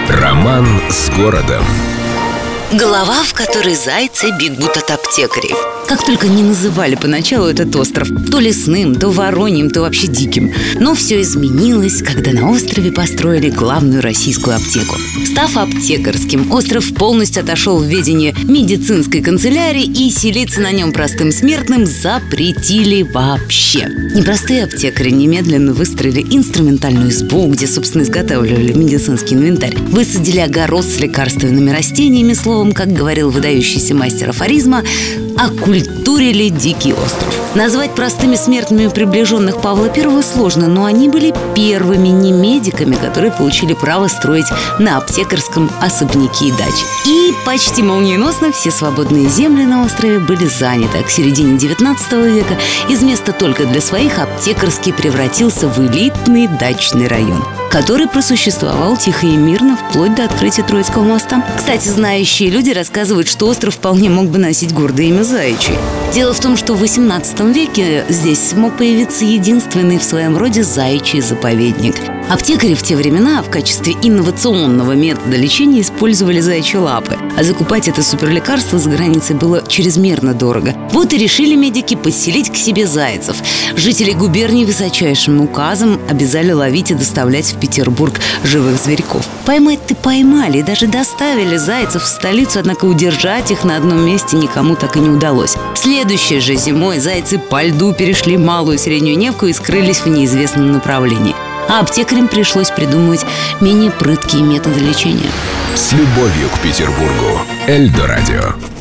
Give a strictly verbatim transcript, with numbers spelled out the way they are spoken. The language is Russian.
Роман с городом. Глава, в которой зайцы бегут от аптекарей. Как только не называли поначалу этот остров, то лесным, то вороньим, то вообще диким. Но все изменилось, когда на острове построили главную российскую аптеку. Став аптекарским, остров полностью отошел в ведение медицинской канцелярии, и селиться на нем простым смертным запретили вообще. Непростые аптекари немедленно выстроили инструментальную избу, где, собственно, изготавливали медицинский инвентарь. Высадили огород с лекарственными растениями, словом, как говорил выдающийся мастер афоризма, оккультурили дикий остров. Назвать простыми смертными приближенных Павла Первого сложно, но они были первыми не медиками, которые получили право строить на аптекарском особняки и дачи. И почти молниеносно все свободные земли на острове были заняты. А к середине девятнадцатого века из места только для своих аптекарский превратился в элитный дачный район, который просуществовал тихо и мирно вплоть до открытия Троицкого моста. Кстати, знающие люди рассказывают, что остров вполне мог бы носить гордое имя Заячий. Дело в том, что в восемнадцатом веке здесь мог появиться единственный в своем роде заячий заповедник. Аптекари в те времена в качестве инновационного метода лечения использовали заячьи лапы, а закупать это суперлекарство за границей было чрезмерно дорого. Вот и решили медики подселить к себе зайцев. Жителей губернии высочайшим указом обязали ловить и доставлять в Петербург живых зверьков. Поймать-то поймали и даже доставили зайцев в столицу, однако удержать их на одном месте никому так и не удалось. Следующей же зимой зайцы по льду перешли Малую и Среднюю Невку и скрылись в неизвестном направлении. А аптекарям пришлось придумывать менее прыткие методы лечения. С любовью к Петербургу. Эльдо радио.